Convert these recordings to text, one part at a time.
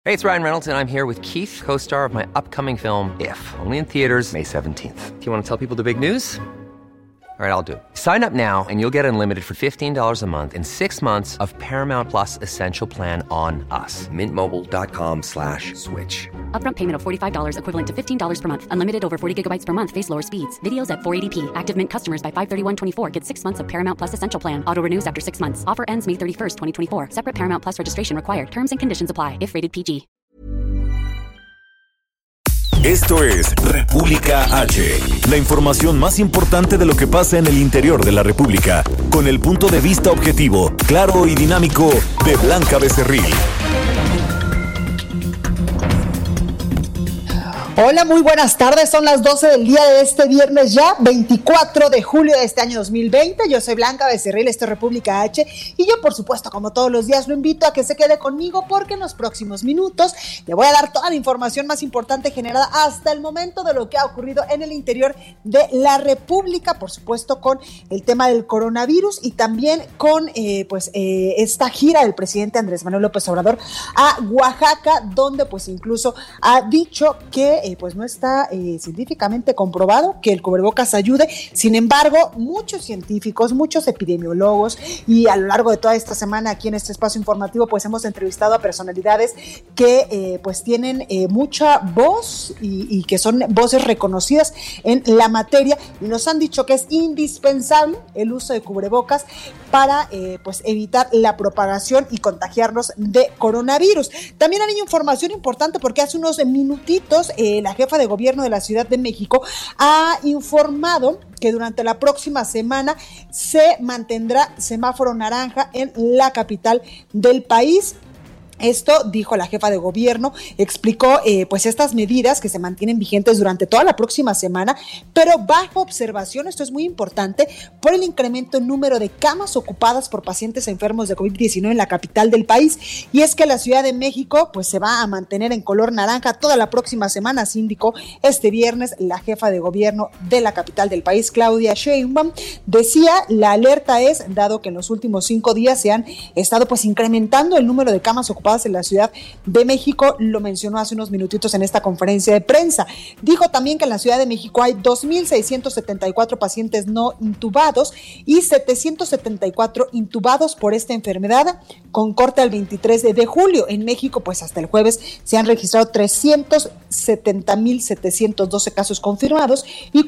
Hey, it's Ryan Reynolds, and I'm here with Keith, co-star of my upcoming film, If, only in theaters May 17th. Do you want to tell people the big news? All right, I'll do it. Sign up now and you'll get unlimited for $15 a month and 6 months of Paramount Plus Essential Plan on us. MintMobile.com/switch. Upfront payment of $45 equivalent to $15 per month. Unlimited over 40 gigabytes per month. Face lower speeds. Videos at 480p. Active Mint customers by 531.24 get 6 months of Paramount Plus Essential Plan. Auto renews after 6 months. Offer ends May 31st, 2024. Separate Paramount Plus registration required. Terms and conditions apply if rated PG. Esto es República H, la información más importante de lo que pasa en el interior de la República, con el punto de vista objetivo, claro y dinámico de Blanca Becerril. Hola, muy buenas tardes, son las 12 del día de este viernes ya, 24 de julio de este año 2020, yo soy Blanca Becerril, esto es República H, y yo por supuesto, como todos los días, lo invito a que se quede conmigo porque en los próximos minutos le voy a dar toda la información más importante generada hasta el momento de lo que ha ocurrido en el interior de la República, por supuesto con el tema del coronavirus y también con esta gira del presidente Andrés Manuel López Obrador a Oaxaca, donde pues incluso ha dicho que pues no está científicamente comprobado que el cubrebocas ayude. Sin embargo, muchos científicos, muchos epidemiólogos, y a lo largo de toda esta semana aquí en este espacio informativo pues hemos entrevistado a personalidades que pues tienen mucha voz y que son voces reconocidas en la materia, y nos han dicho que es indispensable el uso de cubrebocas para pues evitar la propagación y contagiarnos de coronavirus. También hay información importante porque hace unos minutitos la jefa de gobierno de la Ciudad de México ha informado que durante la próxima semana se mantendrá semáforo naranja en la capital del país. Esto dijo la jefa de gobierno, explicó pues estas medidas que se mantienen vigentes durante toda la próxima semana, pero bajo observación, esto es muy importante, por el incremento en número de camas ocupadas por pacientes enfermos de COVID-19 en la capital del país. Y es que la Ciudad de México pues se va a mantener en color naranja toda la próxima semana, así indicó este viernes la jefa de gobierno de la capital del país, Claudia Sheinbaum. Decía, la alerta es, dado que en los últimos 5 días se han estado pues incrementando el número de camas ocupadas en la Ciudad de México, lo mencionó hace unos minutitos en esta conferencia de prensa. Dijo también que en la Ciudad de México hay 2,674 pacientes no intubados y 774 intubados por esta enfermedad, con corte al 23 de julio. En México, pues hasta el jueves se han registrado 370,712 casos confirmados y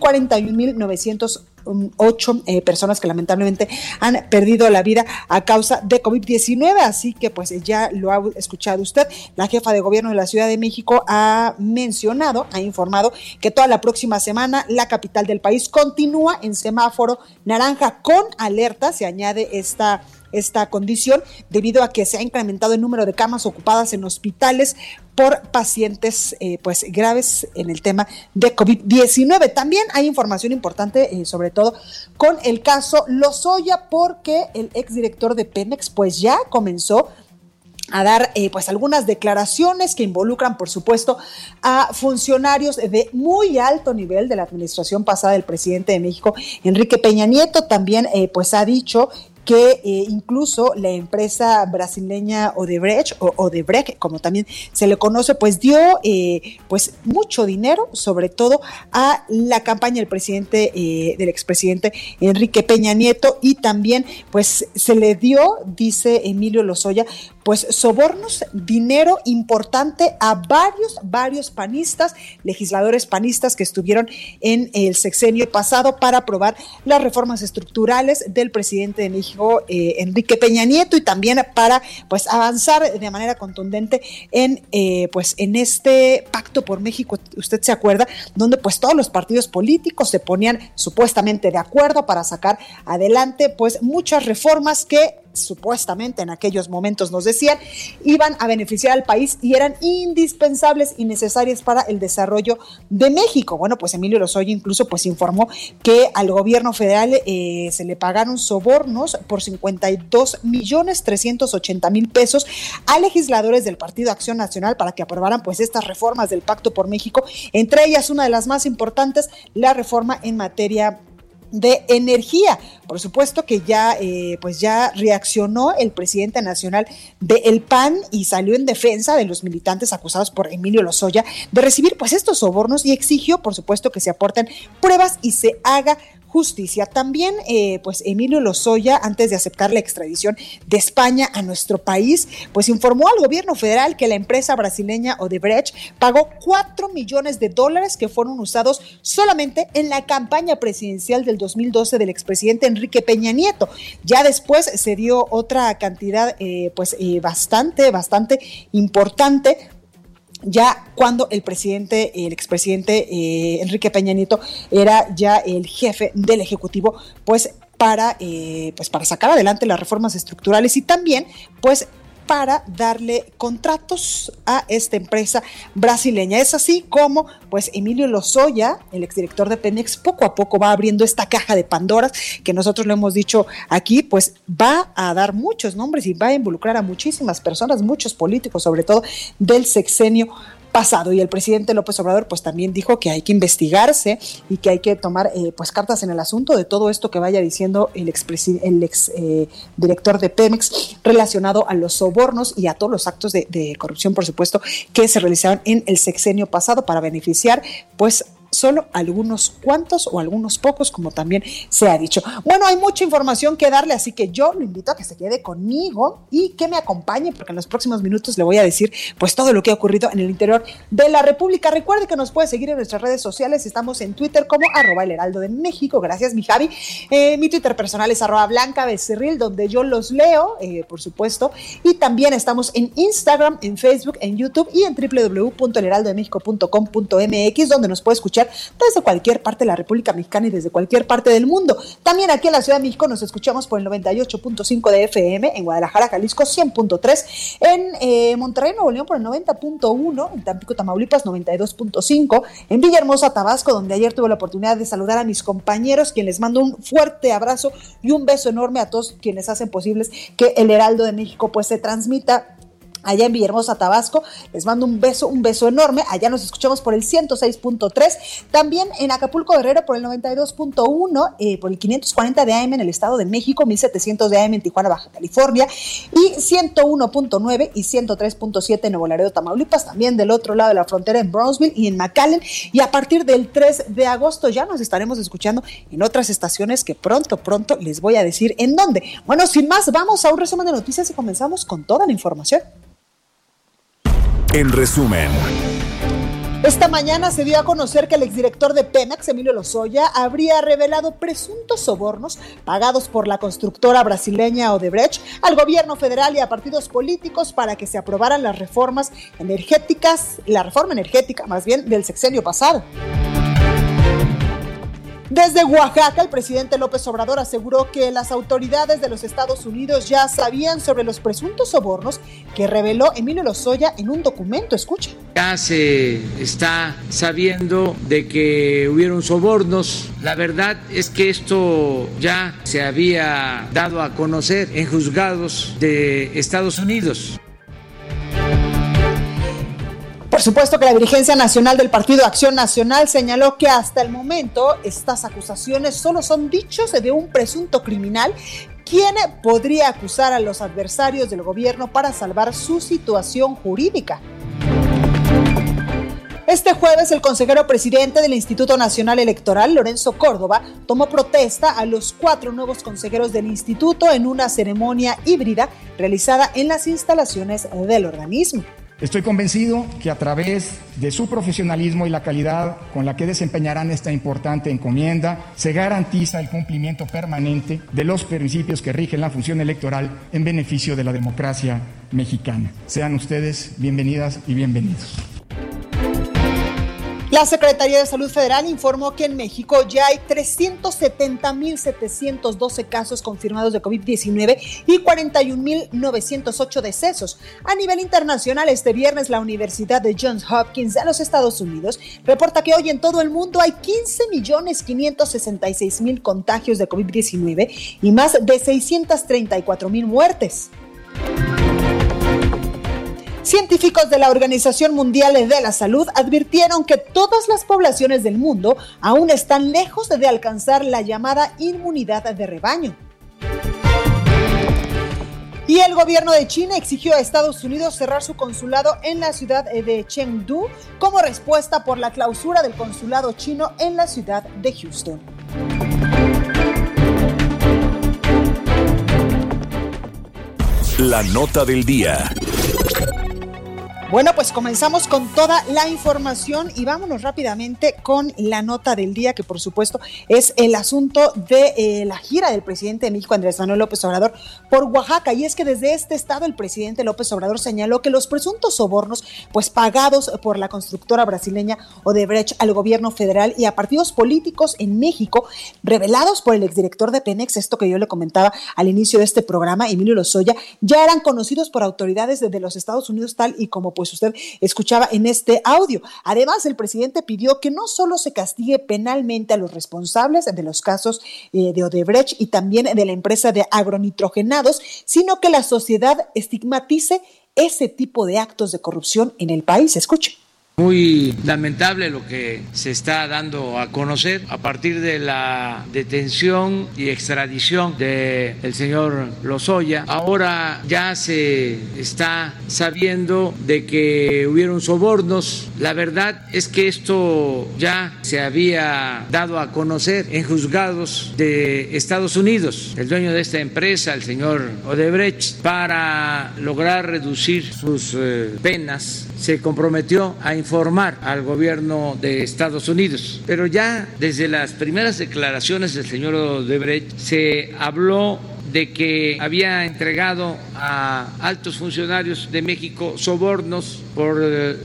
41,908 personas que lamentablemente han perdido la vida a causa de COVID-19, así que pues ya lo ha escuchado usted. La jefa de gobierno de la Ciudad de México ha informado que toda la próxima semana la capital del país continúa en semáforo naranja con alerta. Se añade esta condición debido a que se ha incrementado el número de camas ocupadas en hospitales por pacientes pues graves en el tema de COVID-19. También hay información importante, sobre todo con el caso Lozoya, porque el exdirector de Pemex pues ya comenzó a dar pues algunas declaraciones que involucran, por supuesto, a funcionarios de muy alto nivel de la administración pasada del presidente de México, Enrique Peña Nieto. También pues ha dicho que incluso la empresa brasileña Odebrecht, como también se le conoce, pues dio pues mucho dinero, sobre todo a la campaña del presidente, del expresidente Enrique Peña Nieto, y también pues se le dio, dice Emilio Lozoya, pues sobornos, dinero importante a varios panistas, legisladores panistas que estuvieron en el sexenio pasado para aprobar las reformas estructurales del presidente de México, Enrique Peña Nieto, y también para pues avanzar de manera contundente en pues en este pacto por México. Usted se acuerda, donde pues todos los partidos políticos se ponían supuestamente de acuerdo para sacar adelante pues muchas reformas que supuestamente en aquellos momentos nos decían iban a beneficiar al país y eran indispensables y necesarias para el desarrollo de México. Bueno, pues Emilio Lozoya incluso pues informó que al gobierno federal se le pagaron sobornos por 52,380,000 pesos a legisladores del Partido Acción Nacional para que aprobaran pues estas reformas del Pacto por México, entre ellas una de las más importantes, la reforma en materia de energía. Por supuesto que ya reaccionó el presidente nacional del PAN y salió en defensa de los militantes acusados por Emilio Lozoya de recibir pues estos sobornos y exigió, por supuesto, que se aporten pruebas y se haga justicia. También, pues Emilio Lozoya, antes de aceptar la extradición de España a nuestro país, pues informó al gobierno federal que la empresa brasileña Odebrecht pagó $4 millones que fueron usados solamente en la campaña presidencial del 2012 del expresidente Enrique Peña Nieto. Ya después se dio otra cantidad, bastante importante, ya cuando el expresidente Enrique Peña Nieto era ya el jefe del Ejecutivo, pues para sacar adelante las reformas estructurales y también pues para darle contratos a esta empresa brasileña. Es así como pues Emilio Lozoya, el exdirector de Pemex, poco a poco va abriendo esta caja de Pandoras que nosotros lo hemos dicho aquí, pues va a dar muchos nombres y va a involucrar a muchísimas personas, muchos políticos, sobre todo del sexenio pasado. Y el presidente López Obrador pues también dijo que hay que investigarse y que hay que tomar pues cartas en el asunto de todo esto que vaya diciendo el ex director de Pemex relacionado a los sobornos y a todos los actos de corrupción, por supuesto, que se realizaron en el sexenio pasado para beneficiar pues solo algunos cuantos o algunos pocos, como también se ha dicho. Bueno, hay mucha información que darle, así que yo lo invito a que se quede conmigo y que me acompañe, porque en los próximos minutos le voy a decir pues todo lo que ha ocurrido en el interior de la República. Recuerde que nos puede seguir en nuestras redes sociales, estamos en Twitter como @elheraldodemexico, gracias mi Javi. Mi Twitter personal es @BlancaBecerril, donde yo los leo, por supuesto, y también estamos en Instagram, en Facebook, en YouTube y en www.elheraldodemexico.com.mx, donde nos puede escuchar desde cualquier parte de la República Mexicana y desde cualquier parte del mundo. También aquí en la Ciudad de México nos escuchamos por el 98.5 de FM, en Guadalajara, Jalisco 100.3, en Monterrey, Nuevo León por el 90.1, en Tampico, Tamaulipas 92.5, en Villahermosa, Tabasco, donde ayer tuve la oportunidad de saludar a mis compañeros, quien les mando un fuerte abrazo y un beso enorme a todos quienes hacen posibles que el Heraldo de México pues se transmita allá en Villahermosa, Tabasco. Les mando un beso enorme. Allá nos escuchamos por el 106.3, también en Acapulco, Guerrero por el 92.1, por el 540 de AM en el Estado de México, 1700 de AM en Tijuana, Baja California, y 101.9 y 103.7 en Nuevo Laredo, Tamaulipas, también del otro lado de la frontera en Brownsville y en McAllen. Y a partir del 3 de agosto ya nos estaremos escuchando en otras estaciones que pronto les voy a decir en dónde. Bueno, sin más, vamos a un resumen de noticias y comenzamos con toda la información. En resumen, esta mañana se dio a conocer que el exdirector de Pemex, Emilio Lozoya, habría revelado presuntos sobornos pagados por la constructora brasileña Odebrecht al gobierno federal y a partidos políticos para que se aprobaran la reforma energética más bien del sexenio pasado. Desde Oaxaca, el presidente López Obrador aseguró que las autoridades de los Estados Unidos ya sabían sobre los presuntos sobornos que reveló Emilio Lozoya en un documento. Escucha. Ya se está sabiendo de que hubieron sobornos. La verdad es que esto ya se había dado a conocer en juzgados de Estados Unidos. Por supuesto que la dirigencia nacional del Partido Acción Nacional señaló que hasta el momento estas acusaciones solo son dichos de un presunto criminal quien podría acusar a los adversarios del gobierno para salvar su situación jurídica. Este jueves, el consejero presidente del Instituto Nacional Electoral, Lorenzo Córdoba, tomó protesta a los 4 nuevos consejeros del instituto en una ceremonia híbrida realizada en las instalaciones del organismo. Estoy convencido que a través de su profesionalismo y la calidad con la que desempeñarán esta importante encomienda, se garantiza el cumplimiento permanente de los principios que rigen la función electoral en beneficio de la democracia mexicana. Sean ustedes bienvenidas y bienvenidos. La Secretaría de Salud Federal informó que en México ya hay 370,712 casos confirmados de COVID-19 y 41,908 decesos. A nivel internacional, este viernes la Universidad de Johns Hopkins de los Estados Unidos reporta que hoy en todo el mundo hay 15,566,000 contagios de COVID-19 y más de 634,000 muertes. Científicos de la Organización Mundial de la Salud advirtieron que todas las poblaciones del mundo aún están lejos de alcanzar la llamada inmunidad de rebaño. Y el gobierno de China exigió a Estados Unidos cerrar su consulado en la ciudad de Chengdu como respuesta por la clausura del consulado chino en la ciudad de Houston. La nota del día. Bueno, pues comenzamos con toda la información y vámonos rápidamente con la nota del día, que por supuesto es el asunto de la gira del presidente de México, Andrés Manuel López Obrador, por Oaxaca. Y es que desde este estado el presidente López Obrador señaló que los presuntos sobornos pues pagados por la constructora brasileña Odebrecht al gobierno federal y a partidos políticos en México, revelados por el exdirector de Pemex, esto que yo le comentaba al inicio de este programa, Emilio Lozoya, ya eran conocidos por autoridades de los Estados Unidos, tal y como pues usted escuchaba en este audio. Además, el presidente pidió que no solo se castigue penalmente a los responsables de los casos de Odebrecht y también de la empresa de agronitrogenados, sino que la sociedad estigmatice ese tipo de actos de corrupción en el país. Escuche. Muy lamentable lo que se está dando a conocer a partir de la detención y extradición del señor Lozoya. Ahora ya se está sabiendo de que hubieron sobornos. La verdad es que esto ya se había dado a conocer en juzgados de Estados Unidos. El dueño de esta empresa, el señor Odebrecht, para lograr reducir sus penas, se comprometió a informar al gobierno de Estados Unidos. Pero ya desde las primeras declaraciones del señor Odebrecht se habló de que había entregado a altos funcionarios de México sobornos por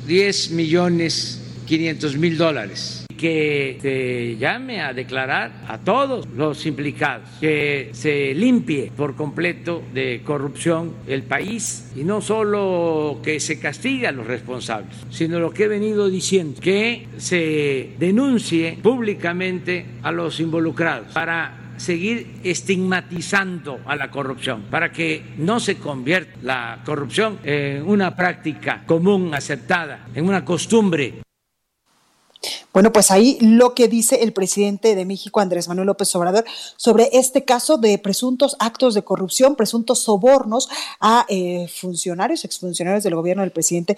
$10,500,000. Que se llame a declarar a todos los implicados, que se limpie por completo de corrupción el país y no solo que se castigue a los responsables, sino lo que he venido diciendo, que se denuncie públicamente a los involucrados para seguir estigmatizando a la corrupción, para que no se convierta la corrupción en una práctica común, aceptada, en una costumbre. Bueno, pues ahí lo que dice el presidente de México, Andrés Manuel López Obrador, sobre este caso de presuntos actos de corrupción, presuntos sobornos a funcionarios, exfuncionarios del gobierno del presidente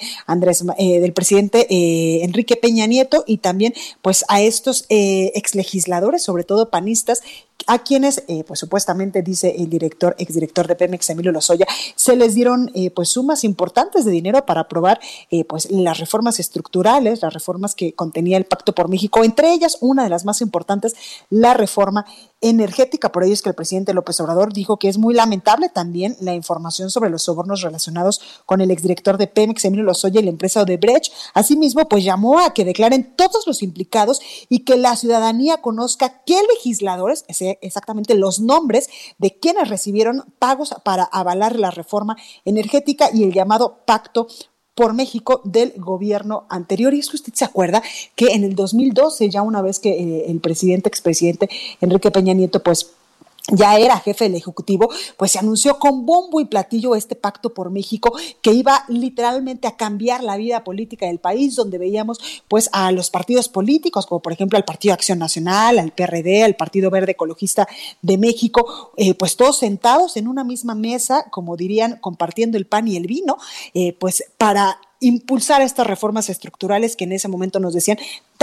Enrique Peña Nieto, y también pues a estos exlegisladores, sobre todo panistas, a quienes, pues supuestamente, dice el exdirector de Pemex, Emilio Lozoya, se les dieron pues sumas importantes de dinero para aprobar pues las reformas estructurales, las reformas que contenía el Pacto por México, entre ellas una de las más importantes, la reforma energética. Por ello es que el presidente López Obrador dijo que es muy lamentable también la información sobre los sobornos relacionados con el exdirector de Pemex, Emilio Lozoya, y la empresa Odebrecht. Asimismo, pues llamó a que declaren todos los implicados y que la ciudadanía conozca qué legisladores, exactamente los nombres de quienes recibieron pagos para avalar la reforma energética y el llamado Pacto por México del gobierno anterior. Y es que usted se acuerda que en el 2012, ya una vez que el expresidente Enrique Peña Nieto, pues ya era jefe del Ejecutivo, pues se anunció con bombo y platillo este Pacto por México que iba literalmente a cambiar la vida política del país, donde veíamos pues a los partidos políticos, como por ejemplo al Partido Acción Nacional, al PRD, al Partido Verde Ecologista de México, pues todos sentados en una misma mesa, como dirían, compartiendo el pan y el vino, pues para impulsar estas reformas estructurales que en ese momento nos decían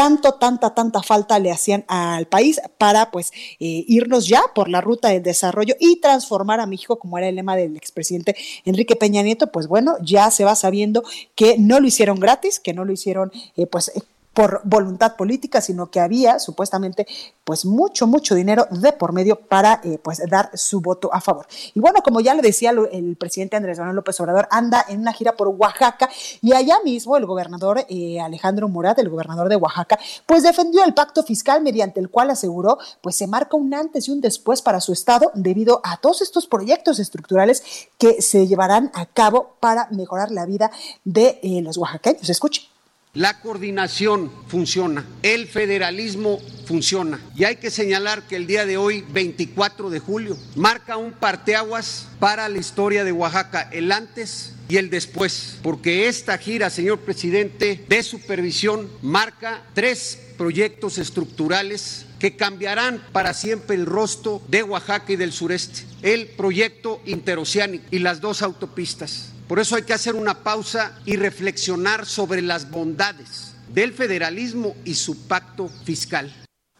tanta falta le hacían al país para pues irnos ya por la ruta del desarrollo y transformar a México, como era el lema del expresidente Enrique Peña Nieto. Pues bueno, ya se va sabiendo que no lo hicieron gratis, que no lo hicieron pues por voluntad política, sino que había supuestamente pues mucho dinero de por medio para pues dar su voto a favor. Y bueno, como ya le decía, el presidente Andrés Manuel López Obrador anda en una gira por Oaxaca, y allá mismo el gobernador Alejandro Murat, el gobernador de Oaxaca, pues defendió el pacto fiscal, mediante el cual aseguró pues se marca un antes y un después para su estado debido a todos estos proyectos estructurales que se llevarán a cabo para mejorar la vida de los oaxaqueños. Escuchen. La coordinación funciona, el federalismo funciona, y hay que señalar que el día de hoy, 24 de julio, marca un parteaguas para la historia de Oaxaca, el antes y el después, porque esta gira, señor presidente, de supervisión marca 3 proyectos estructurales que cambiarán para siempre el rostro de Oaxaca y del sureste, el proyecto interoceánico y las 2 autopistas. Por eso hay que hacer una pausa y reflexionar sobre las bondades del federalismo y su pacto fiscal.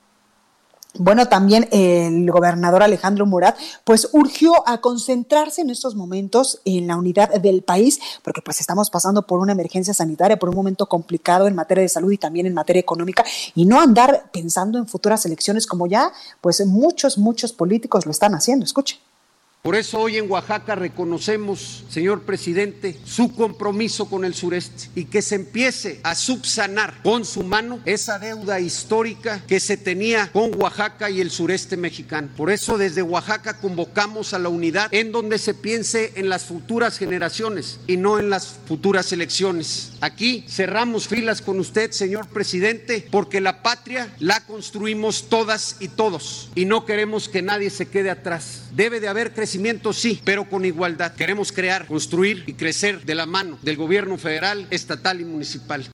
Bueno, también el gobernador Alejandro Murat pues urgió a concentrarse en estos momentos en la unidad del país, porque pues estamos pasando por una emergencia sanitaria, por un momento complicado en materia de salud y también en materia económica, y no andar pensando en futuras elecciones como ya pues muchos políticos lo están haciendo. Escuche. Por eso hoy en Oaxaca reconocemos, señor presidente, su compromiso con el sureste y que se empiece a subsanar con su mano esa deuda histórica que se tenía con Oaxaca y el sureste mexicano. Por eso desde Oaxaca convocamos a la unidad en donde se piense en las futuras generaciones y no en las futuras elecciones. Aquí cerramos filas con usted, señor presidente, porque la patria la construimos todas y todos y no queremos que nadie se quede atrás. Debe de haber crecimiento, sí, pero con igualdad. Queremos crear, construir y crecer de la mano del gobierno federal, estatal y municipal.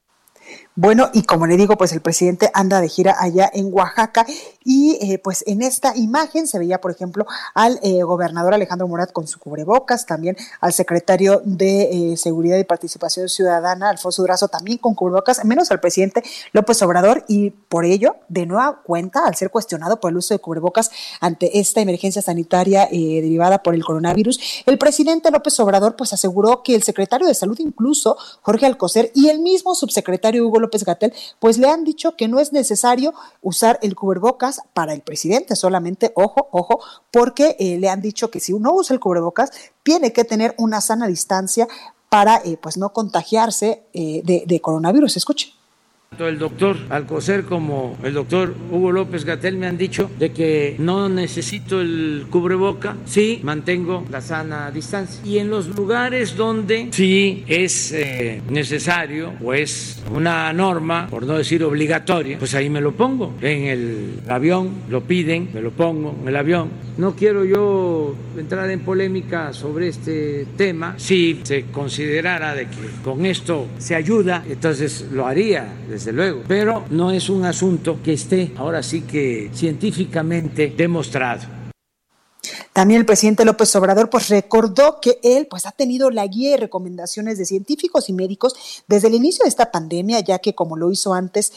Bueno, y como le digo, pues el presidente anda de gira allá en Oaxaca y pues en esta imagen se veía, por ejemplo, al gobernador Alejandro Murat con su cubrebocas, también al secretario de Seguridad y Participación Ciudadana, Alfonso Durazo, también con cubrebocas, menos al presidente López Obrador, y por ello, de nueva cuenta, al ser cuestionado por el uso de cubrebocas ante esta emergencia sanitaria derivada por el coronavirus, el presidente López Obrador pues aseguró que el secretario de Salud, incluso Jorge Alcocer, y el mismo subsecretario Hugo López-Gatell, pues le han dicho que no es necesario usar el cubrebocas para el presidente, solamente, ojo, porque le han dicho que si uno usa el cubrebocas, tiene que tener una sana distancia para pues no contagiarse de coronavirus. Escuche. Tanto el doctor Alcocer como el doctor Hugo López-Gatell me han dicho de que no necesito el cubreboca, sí mantengo la sana distancia. Y en los lugares donde sí es necesario o es una norma, por no decir obligatoria, pues ahí me lo pongo. En el avión lo piden, me lo pongo en el avión. No quiero yo entrar en polémica sobre este tema. Si se considerara de que con esto se ayuda, entonces lo haría, desde luego, pero no es un asunto que esté ahora sí que científicamente demostrado. También el presidente López Obrador pues recordó que él pues ha tenido la guía y recomendaciones de científicos y médicos desde el inicio de esta pandemia, ya que como lo hizo antes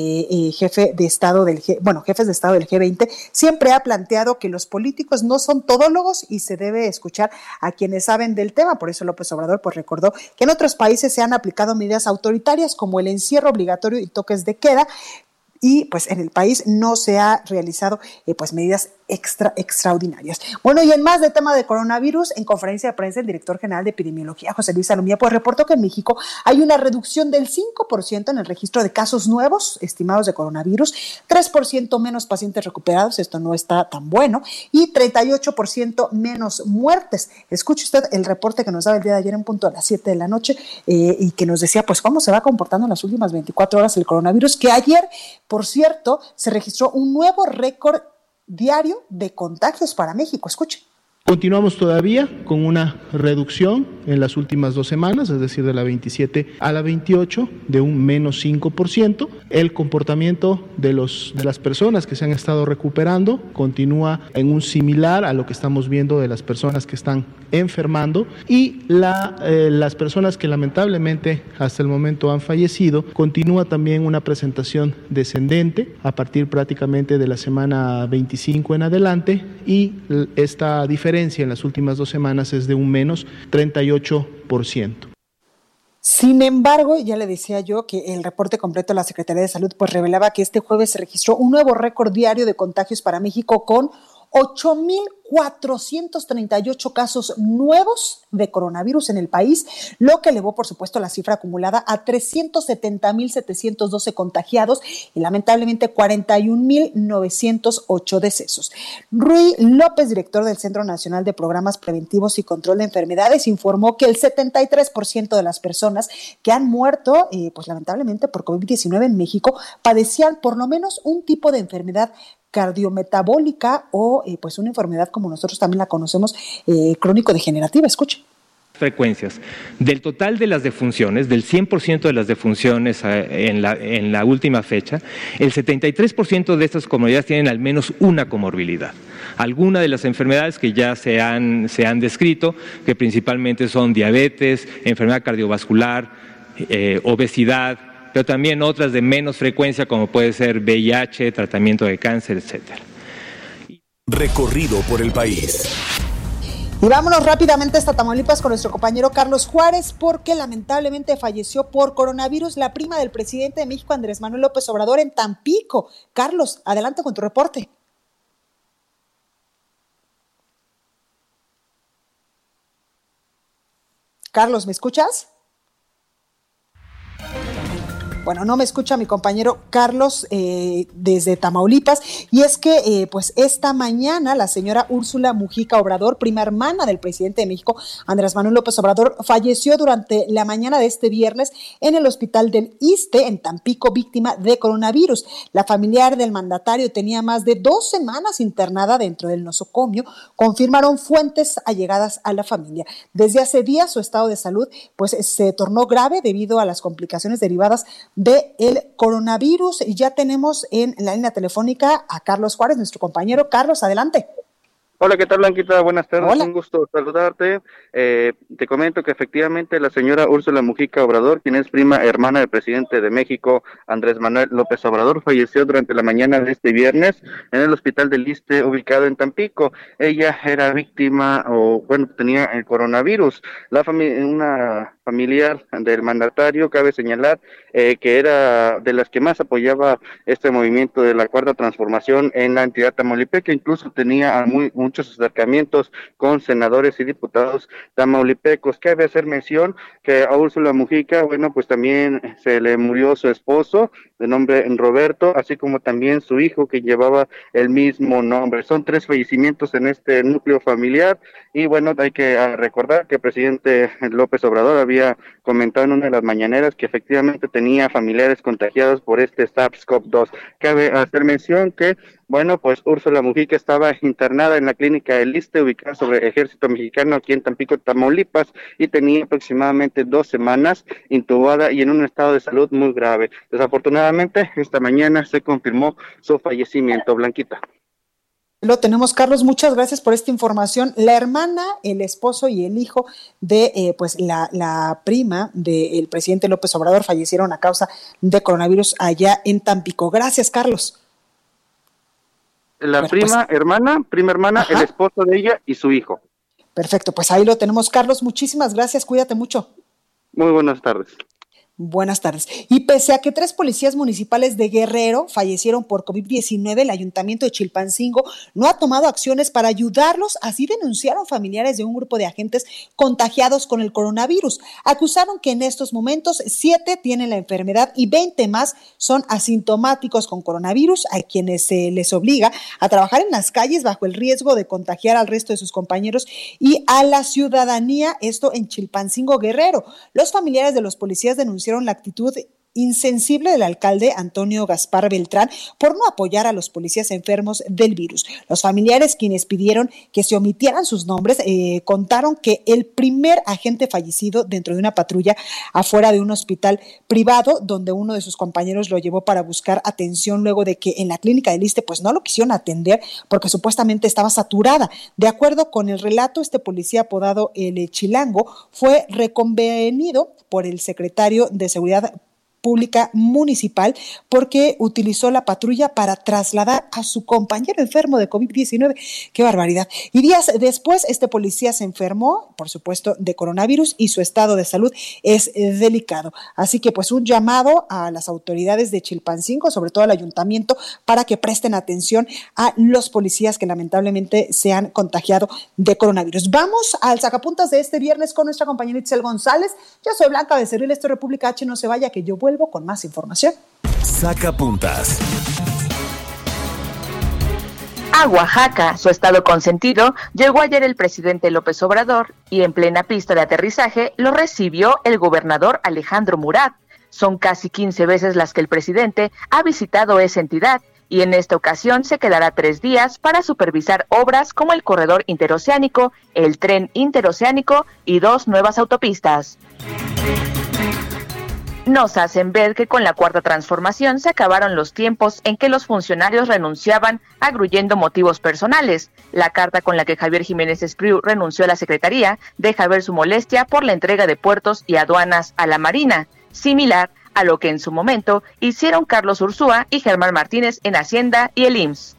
jefes de Estado del G20, siempre ha planteado que los políticos no son todólogos y se debe escuchar a quienes saben del tema. Por eso López Obrador pues recordó que en otros países se han aplicado medidas autoritarias como el encierro obligatorio y toques de queda, y pues en el país no se ha realizado pues medidas extraordinarias. Bueno, y en más de tema de coronavirus, en conferencia de prensa, el director general de epidemiología, José Luis Salomía, pues reportó que en México hay una reducción del 5% en el registro de casos nuevos estimados de coronavirus, 3% menos pacientes recuperados, esto no está tan bueno, y 38% menos muertes. Escuche usted el reporte que nos daba el día de ayer en punto a las 7 de la noche y que nos decía pues cómo se va comportando en las últimas 24 horas el coronavirus, que ayer, por cierto, se registró un nuevo récord diario de contagios para México. Escuche. Continuamos todavía con una reducción en las últimas 2 semanas, es decir, de la 27 a la 28, de un menos 5%. El comportamiento de las personas que se han estado recuperando continúa en un similar a lo que estamos viendo de las personas que están enfermando, y las personas que lamentablemente hasta el momento han fallecido, continúa también una presentación descendente a partir prácticamente de la semana 25 en adelante, y esta diferencia en las últimas 2 semanas es de un menos 38%. Sin embargo, ya le decía yo que el reporte completo de la Secretaría de Salud pues revelaba que este jueves se registró un nuevo récord diario de contagios para México con 8,438 casos nuevos de coronavirus en el país, lo que elevó, por supuesto, la cifra acumulada a 370,712 contagiados y lamentablemente 41,908 decesos. Rui López, director del Centro Nacional de Programas Preventivos y Control de Enfermedades, informó que el 73% de las personas que han muerto, pues lamentablemente por COVID-19 en México, padecían por lo menos un tipo de enfermedad cardiometabólica o pues una enfermedad como nosotros también la conocemos, crónico-degenerativa. Escuche. frecuencias. Del total de las defunciones, del 100% de las defunciones en la última fecha, el 73% de estas comorbilidades tienen al menos una comorbilidad. Algunas de las enfermedades que ya se han descrito, que principalmente son diabetes, enfermedad cardiovascular, obesidad, pero también otras de menos frecuencia como puede ser VIH, tratamiento de cáncer, etcétera. Recorrido por el país. Y vámonos rápidamente hasta Tamaulipas con nuestro compañero Carlos Juárez, porque lamentablemente falleció por coronavirus la prima del presidente de México, Andrés Manuel López Obrador, en Tampico. Carlos, adelante con tu reporte. Carlos, ¿me escuchas? Bueno, no me escucha mi compañero Carlos desde Tamaulipas, y es que pues esta mañana la señora Úrsula Mujica Obrador, prima hermana del presidente de México, Andrés Manuel López Obrador, falleció durante la mañana de este viernes en el hospital del ISSSTE en Tampico, víctima de coronavirus. La familiar del mandatario tenía más de 2 semanas internada dentro del nosocomio, confirmaron fuentes allegadas a la familia. Desde hace días su estado de salud pues se tornó grave debido a las complicaciones derivadas del coronavirus. Y ya tenemos en la línea telefónica a Carlos Juárez, nuestro compañero. Carlos, adelante. Hola, ¿qué tal, Blanquita? Buenas tardes. Hola. Un gusto saludarte. Te comento que efectivamente la señora Úrsula Mujica Obrador, quien es prima hermana del presidente de México, Andrés Manuel López Obrador, falleció durante la mañana de este viernes en el hospital del ISSSTE ubicado en Tampico. Ella era víctima tenía el coronavirus. Una familiar del mandatario, cabe señalar que era de las que más apoyaba este movimiento de la Cuarta Transformación en la entidad tamaulipeca, incluso tenía muchos acercamientos con senadores y diputados tamaulipecos. Cabe hacer mención que a Úrsula Mujica, pues también se le murió su esposo, de nombre Roberto, así como también su hijo, que llevaba el mismo nombre. Son 3 fallecimientos en este núcleo familiar, y hay que recordar que el presidente López Obrador había comentado en una de las mañaneras que efectivamente tenía familiares contagiados por este SARS-CoV-2. Cabe hacer mención que Úrsula Mujica estaba internada en la clínica del ISSSTE, ubicada sobre el Ejército Mexicano, aquí en Tampico, Tamaulipas, y tenía aproximadamente 2 semanas intubada y en un estado de salud muy grave. Desafortunadamente, esta mañana se confirmó su fallecimiento, Blanquita. Lo tenemos, Carlos, muchas gracias por esta información. La hermana, el esposo y el hijo de la prima del presidente López Obrador fallecieron a causa de coronavirus allá en Tampico. Gracias, Carlos. Prima hermana, el esposo de ella y su hijo. Perfecto, pues ahí lo tenemos, Carlos. Muchísimas gracias, cuídate mucho. Muy buenas tardes. Buenas tardes. Y pese a que 3 policías municipales de Guerrero fallecieron por COVID-19, el ayuntamiento de Chilpancingo no ha tomado acciones para ayudarlos. Así denunciaron familiares de un grupo de agentes contagiados con el coronavirus. Acusaron que en estos momentos 7 tienen la enfermedad y 20 más son asintomáticos con coronavirus, a quienes se les obliga a trabajar en las calles bajo el riesgo de contagiar al resto de sus compañeros y a la ciudadanía, esto en Chilpancingo, Guerrero. Los familiares de los policías denunciaron la actitud insensible del alcalde Antonio Gaspar Beltrán por no apoyar a los policías enfermos del virus. Los familiares, quienes pidieron que se omitieran sus nombres, contaron que el primer agente fallecido dentro de una patrulla afuera de un hospital privado, donde uno de sus compañeros lo llevó para buscar atención luego de que en la clínica del ISSSTE pues no lo quisieron atender porque supuestamente estaba saturada. De acuerdo con el relato, este policía apodado el Chilango fue reconvenido por el secretario de Seguridad Pública Municipal porque utilizó la patrulla para trasladar a su compañero enfermo de COVID-19. ¡Qué barbaridad! Y días después, este policía se enfermó, por supuesto, de coronavirus y su estado de salud es delicado. Así que, pues, un llamado a las autoridades de Chilpancingo, sobre todo al ayuntamiento, para que presten atención a los policías que lamentablemente se han contagiado de coronavirus. Vamos al sacapuntas de este viernes con nuestra compañera Itzel González. Yo soy Blanca Becerril, esto es República H, no se vaya, que yo vuelvo con más información. Sacapuntas. A Oaxaca, su estado consentido, llegó ayer el presidente López Obrador y en plena pista de aterrizaje lo recibió el gobernador Alejandro Murat. Son casi 15 veces las que el presidente ha visitado esa entidad y en esta ocasión se quedará 3 días para supervisar obras como el corredor interoceánico, el tren interoceánico y 2 nuevas autopistas. Nos hacen ver que con la Cuarta Transformación se acabaron los tiempos en que los funcionarios renunciaban agruyendo motivos personales. La carta con la que Javier Jiménez Espriu renunció a la Secretaría deja ver su molestia por la entrega de puertos y aduanas a la Marina, similar a lo que en su momento hicieron Carlos Ursúa y Germán Martínez en Hacienda y el IMSS.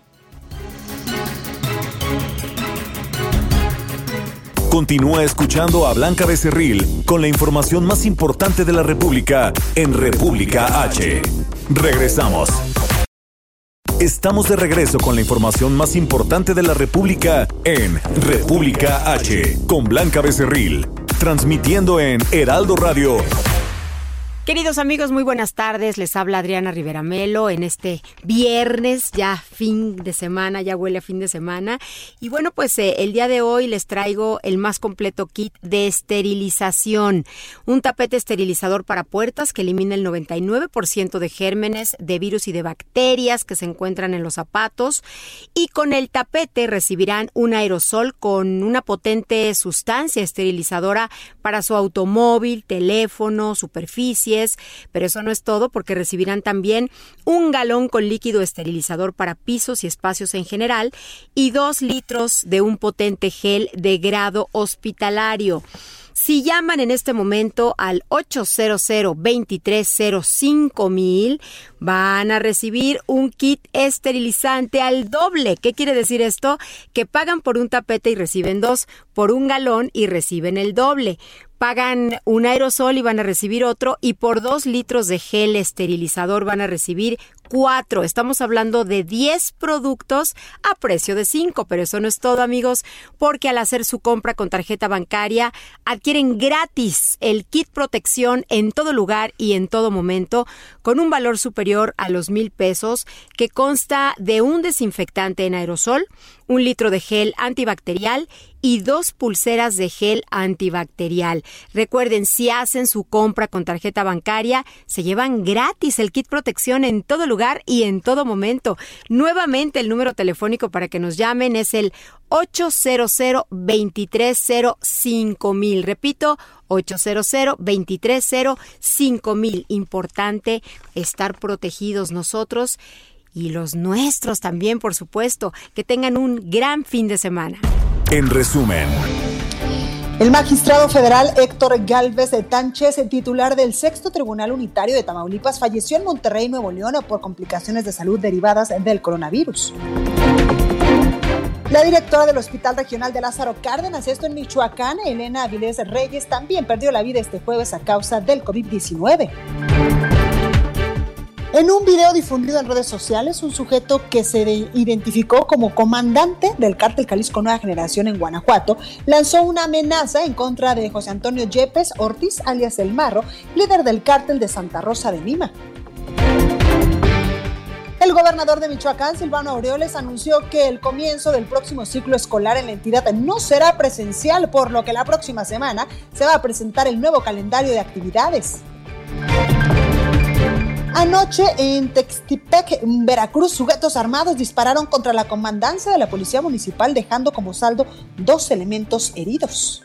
Continúa escuchando a Blanca Becerril con la información más importante de la República en República H. Regresamos. Estamos de regreso con la información más importante de la República en República H con Blanca Becerril, transmitiendo en Heraldo Radio. Queridos amigos, muy buenas tardes. Les habla Adriana Rivera Melo en este viernes, ya fin de semana, ya huele a fin de semana. Y bueno, pues el día de hoy les traigo el más completo kit de esterilización. Un tapete esterilizador para puertas que elimina el 99% de gérmenes, de virus y de bacterias que se encuentran en los zapatos. Y con el tapete recibirán un aerosol con una potente sustancia esterilizadora para su automóvil, teléfono, superficie. Pero eso no es todo, porque recibirán también 1 galón con líquido esterilizador para pisos y espacios en general y 2 litros de un potente gel de grado hospitalario. Si llaman en este momento al 800-230-5000, van a recibir un kit esterilizante al doble. ¿Qué quiere decir esto? Que pagan por un tapete y reciben 2, por 1 galón y reciben el doble. Pagan un aerosol y van a recibir otro, y por 2 litros de gel esterilizador van a recibir 4. Estamos hablando de 10 productos a precio de 5, pero eso no es todo, amigos, porque al hacer su compra con tarjeta bancaria adquieren gratis el kit protección en todo lugar y en todo momento con un valor superior a los 1,000 pesos, que consta de un desinfectante en aerosol, 1 litro de gel antibacterial y 2 pulseras de gel antibacterial. Recuerden, si hacen su compra con tarjeta bancaria, se llevan gratis el kit protección en todo lugar y en todo momento. Nuevamente, el número telefónico para que nos llamen es el 800-230-5000. Repito, 800-230-5000. Importante estar protegidos nosotros y los nuestros también, por supuesto. Que tengan un gran fin de semana. En resumen, el magistrado federal Héctor Gálvez de Tánchez, el titular del Sexto Tribunal Unitario de Tamaulipas, falleció en Monterrey, Nuevo León, por complicaciones de salud derivadas del coronavirus. La directora del Hospital Regional de Lázaro Cárdenas, esto en Michoacán, Elena Avilés Reyes, también perdió la vida este jueves a causa del COVID-19. En un video difundido en redes sociales, un sujeto que se identificó como comandante del cártel Jalisco Nueva Generación en Guanajuato lanzó una amenaza en contra de José Antonio Yepes Ortiz, alias El Marro, líder del cártel de Santa Rosa de Lima. El gobernador de Michoacán, Silvano Aureoles, anunció que el comienzo del próximo ciclo escolar en la entidad no será presencial, por lo que la próxima semana se va a presentar el nuevo calendario de actividades. Anoche en Textipec, Veracruz, sujetos armados dispararon contra la comandancia de la Policía Municipal, dejando como saldo 2 elementos heridos.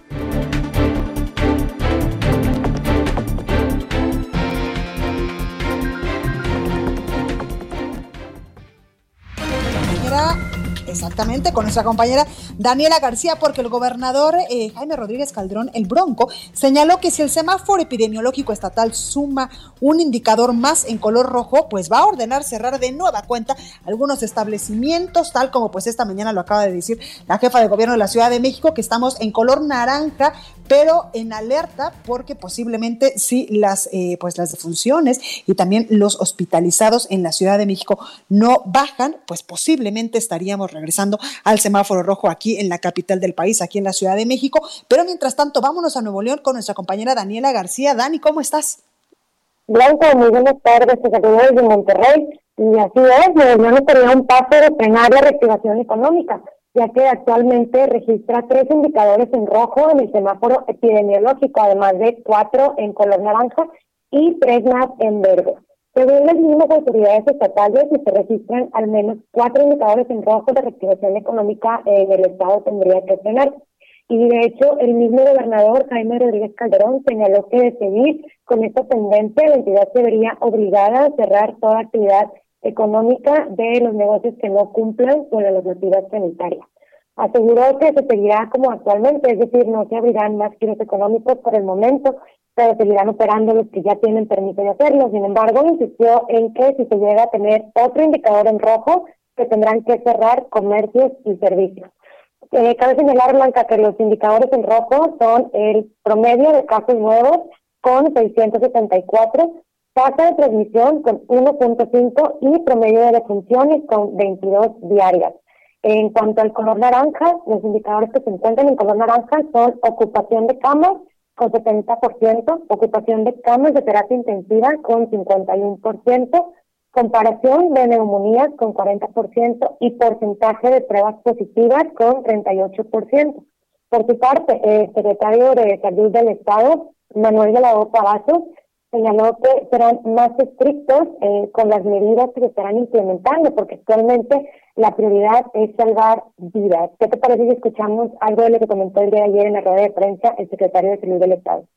Exactamente, con nuestra compañera Daniela García, porque el gobernador Jaime Rodríguez Calderón, el Bronco, señaló que si el semáforo epidemiológico estatal suma un indicador más en color rojo, pues va a ordenar cerrar de nueva cuenta algunos establecimientos, tal como pues esta mañana lo acaba de decir la jefa de gobierno de la Ciudad de México, que estamos en color naranja, pero en alerta porque posiblemente si las defunciones y también los hospitalizados en la Ciudad de México no bajan, pues posiblemente estaríamos regresando al semáforo rojo aquí en la capital del país, aquí en la Ciudad de México. Pero mientras tanto, vámonos a Nuevo León con nuestra compañera Daniela García. Dani, ¿cómo estás? Blanca, muy buenas tardes, te saludo desde Monterrey. Y así es, Nuevo León estaría un paso de frenar la reactivación económica, ya que actualmente registra 3 indicadores en rojo en el semáforo epidemiológico, además de 4 en color naranja y 3 más en verde. Según las mismas autoridades estatales, si se registran al menos 4 indicadores en rojo de reactivación económica, el Estado tendría que frenar. Y de hecho, el mismo gobernador Jaime Rodríguez Calderón señaló que de seguir con esta tendencia, la entidad se vería obligada a cerrar toda actividad económica de los negocios que no cumplan con la normativa sanitaria. Aseguró que se seguirá como actualmente, es decir, no se abrirán más giros económicos por el momento, pero seguirán operando los que ya tienen permiso de hacerlo. Sin embargo, insistió en que si se llega a tener otro indicador en rojo, se tendrán que cerrar comercios y servicios. Cabe señalar, Blanca, que los indicadores en rojo son el promedio de casos nuevos con 674, tasa de transmisión con 1.5 y promedio de defunciones con 22 diarias. En cuanto al color naranja, los indicadores que se encuentran en color naranja son ocupación de camas con 70%, ocupación de camas de terapia intensiva con 51%, comparación de neumonías con 40% y porcentaje de pruebas positivas con 38%. Por su parte, el secretario de Salud del Estado, Manuel de la O. Cavazos, señaló que serán más estrictos con las medidas que se estarán implementando, porque actualmente la prioridad es salvar vidas. ¿Qué te parece si escuchamos algo de lo que comentó el día de ayer en la rueda de prensa el secretario de Salud del Estado?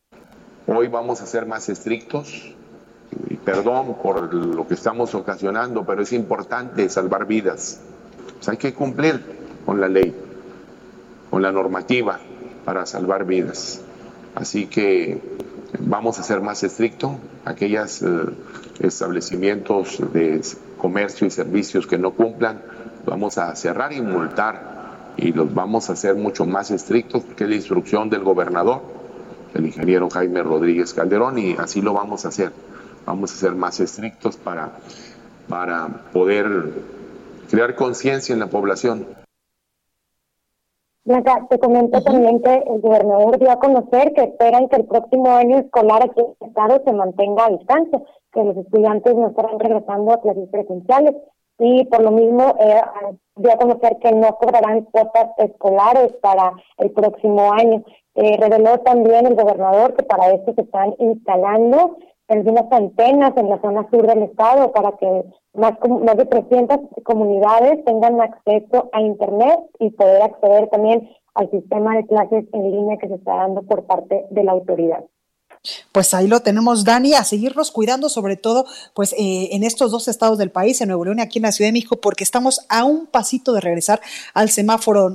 Hoy vamos a ser más estrictos. Y perdón por lo que estamos ocasionando, pero es importante salvar vidas. Pues hay que cumplir con la ley, con la normativa para salvar vidas. Así que vamos a ser más estrictos. Aquellos establecimientos de comercio y servicios que no cumplan, vamos a cerrar y multar. Y los vamos a hacer mucho más estrictos, porque es la instrucción del gobernador, el ingeniero Jaime Rodríguez Calderón, y así lo vamos a hacer. Vamos a ser más estrictos para poder crear conciencia en la población. Blanca, te comento también que el gobernador dio a conocer que esperan que el próximo año escolar aquí en el estado se mantenga a distancia, que los estudiantes no estarán regresando a clases presenciales y por lo mismo dio a conocer que no cobrarán cuotas escolares para el próximo año. Reveló también el gobernador que para esto se están instalando algunas antenas en la zona sur del estado para que más de 300 comunidades tengan acceso a internet y poder acceder también al sistema de clases en línea que se está dando por parte de la autoridad. Pues ahí lo tenemos, Dani, a seguirnos cuidando, sobre todo pues en estos dos estados del país, en Nuevo León y aquí en la Ciudad de México, porque estamos a un pasito de regresar al semáforo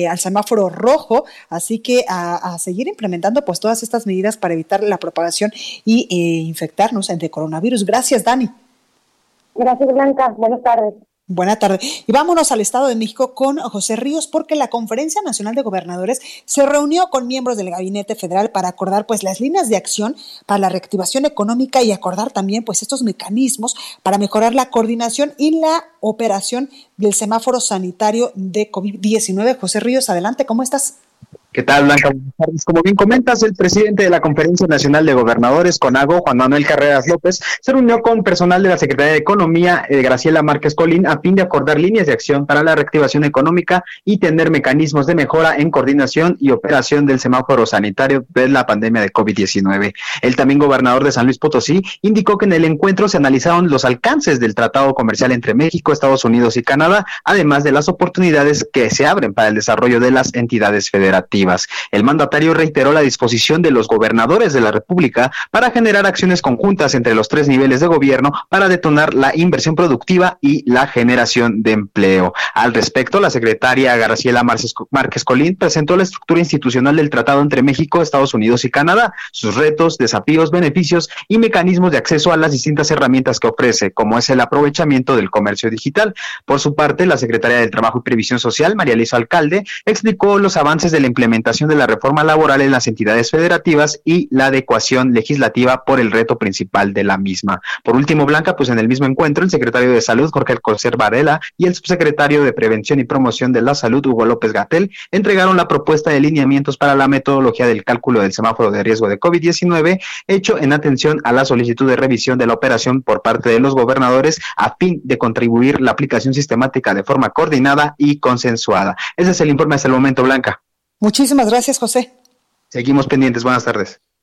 rojo, así que a seguir implementando pues todas estas medidas para evitar la propagación y infectarnos de coronavirus. Gracias, Dani. Gracias, Blanca. Buenas tardes. Buenas tardes. Y vámonos al Estado de México con José Ríos, porque la Conferencia Nacional de Gobernadores se reunió con miembros del Gabinete Federal para acordar pues las líneas de acción para la reactivación económica y acordar también pues estos mecanismos para mejorar la coordinación y la operación del semáforo sanitario de COVID-19. José Ríos, adelante, ¿cómo estás? ¿Qué tal, Blanca? Buenas tardes. Como bien comentas, el presidente de la Conferencia Nacional de Gobernadores, CONAGO, Juan Manuel Carreras López, se reunió con personal de la Secretaría de Economía, Graciela Márquez Colín, a fin de acordar líneas de acción para la reactivación económica y tener mecanismos de mejora en coordinación y operación del semáforo sanitario de la pandemia de COVID-19. El también gobernador de San Luis Potosí indicó que en el encuentro se analizaron los alcances del tratado comercial entre México, Estados Unidos y Canadá, además de las oportunidades que se abren para el desarrollo de las entidades federativas. El mandatario reiteró la disposición de los gobernadores de la República para generar acciones conjuntas entre los 3 niveles de gobierno para detonar la inversión productiva y la generación de empleo. Al respecto, la secretaria Graciela Márquez Colín presentó la estructura institucional del tratado entre México, Estados Unidos y Canadá, sus retos, desafíos, beneficios y mecanismos de acceso a las distintas herramientas que ofrece, como es el aprovechamiento del comercio digital. Por su parte, la secretaria del Trabajo y Previsión Social, María Elisa Alcalde, explicó los avances de la implementación de la reforma laboral en las entidades federativas y la adecuación legislativa por el reto principal de la misma. Por último, Blanca, pues en el mismo encuentro, el secretario de Salud, Jorge Alcocer Varela, y el subsecretario de Prevención y Promoción de la Salud, Hugo López-Gatell, entregaron la propuesta de lineamientos para la metodología del cálculo del semáforo de riesgo de COVID-19, hecho en atención a la solicitud de revisión de la operación por parte de los gobernadores a fin de contribuir la aplicación sistemática de forma coordinada y consensuada. Ese es el informe hasta el momento, Blanca. Muchísimas gracias, José. Seguimos pendientes. Buenas tardes.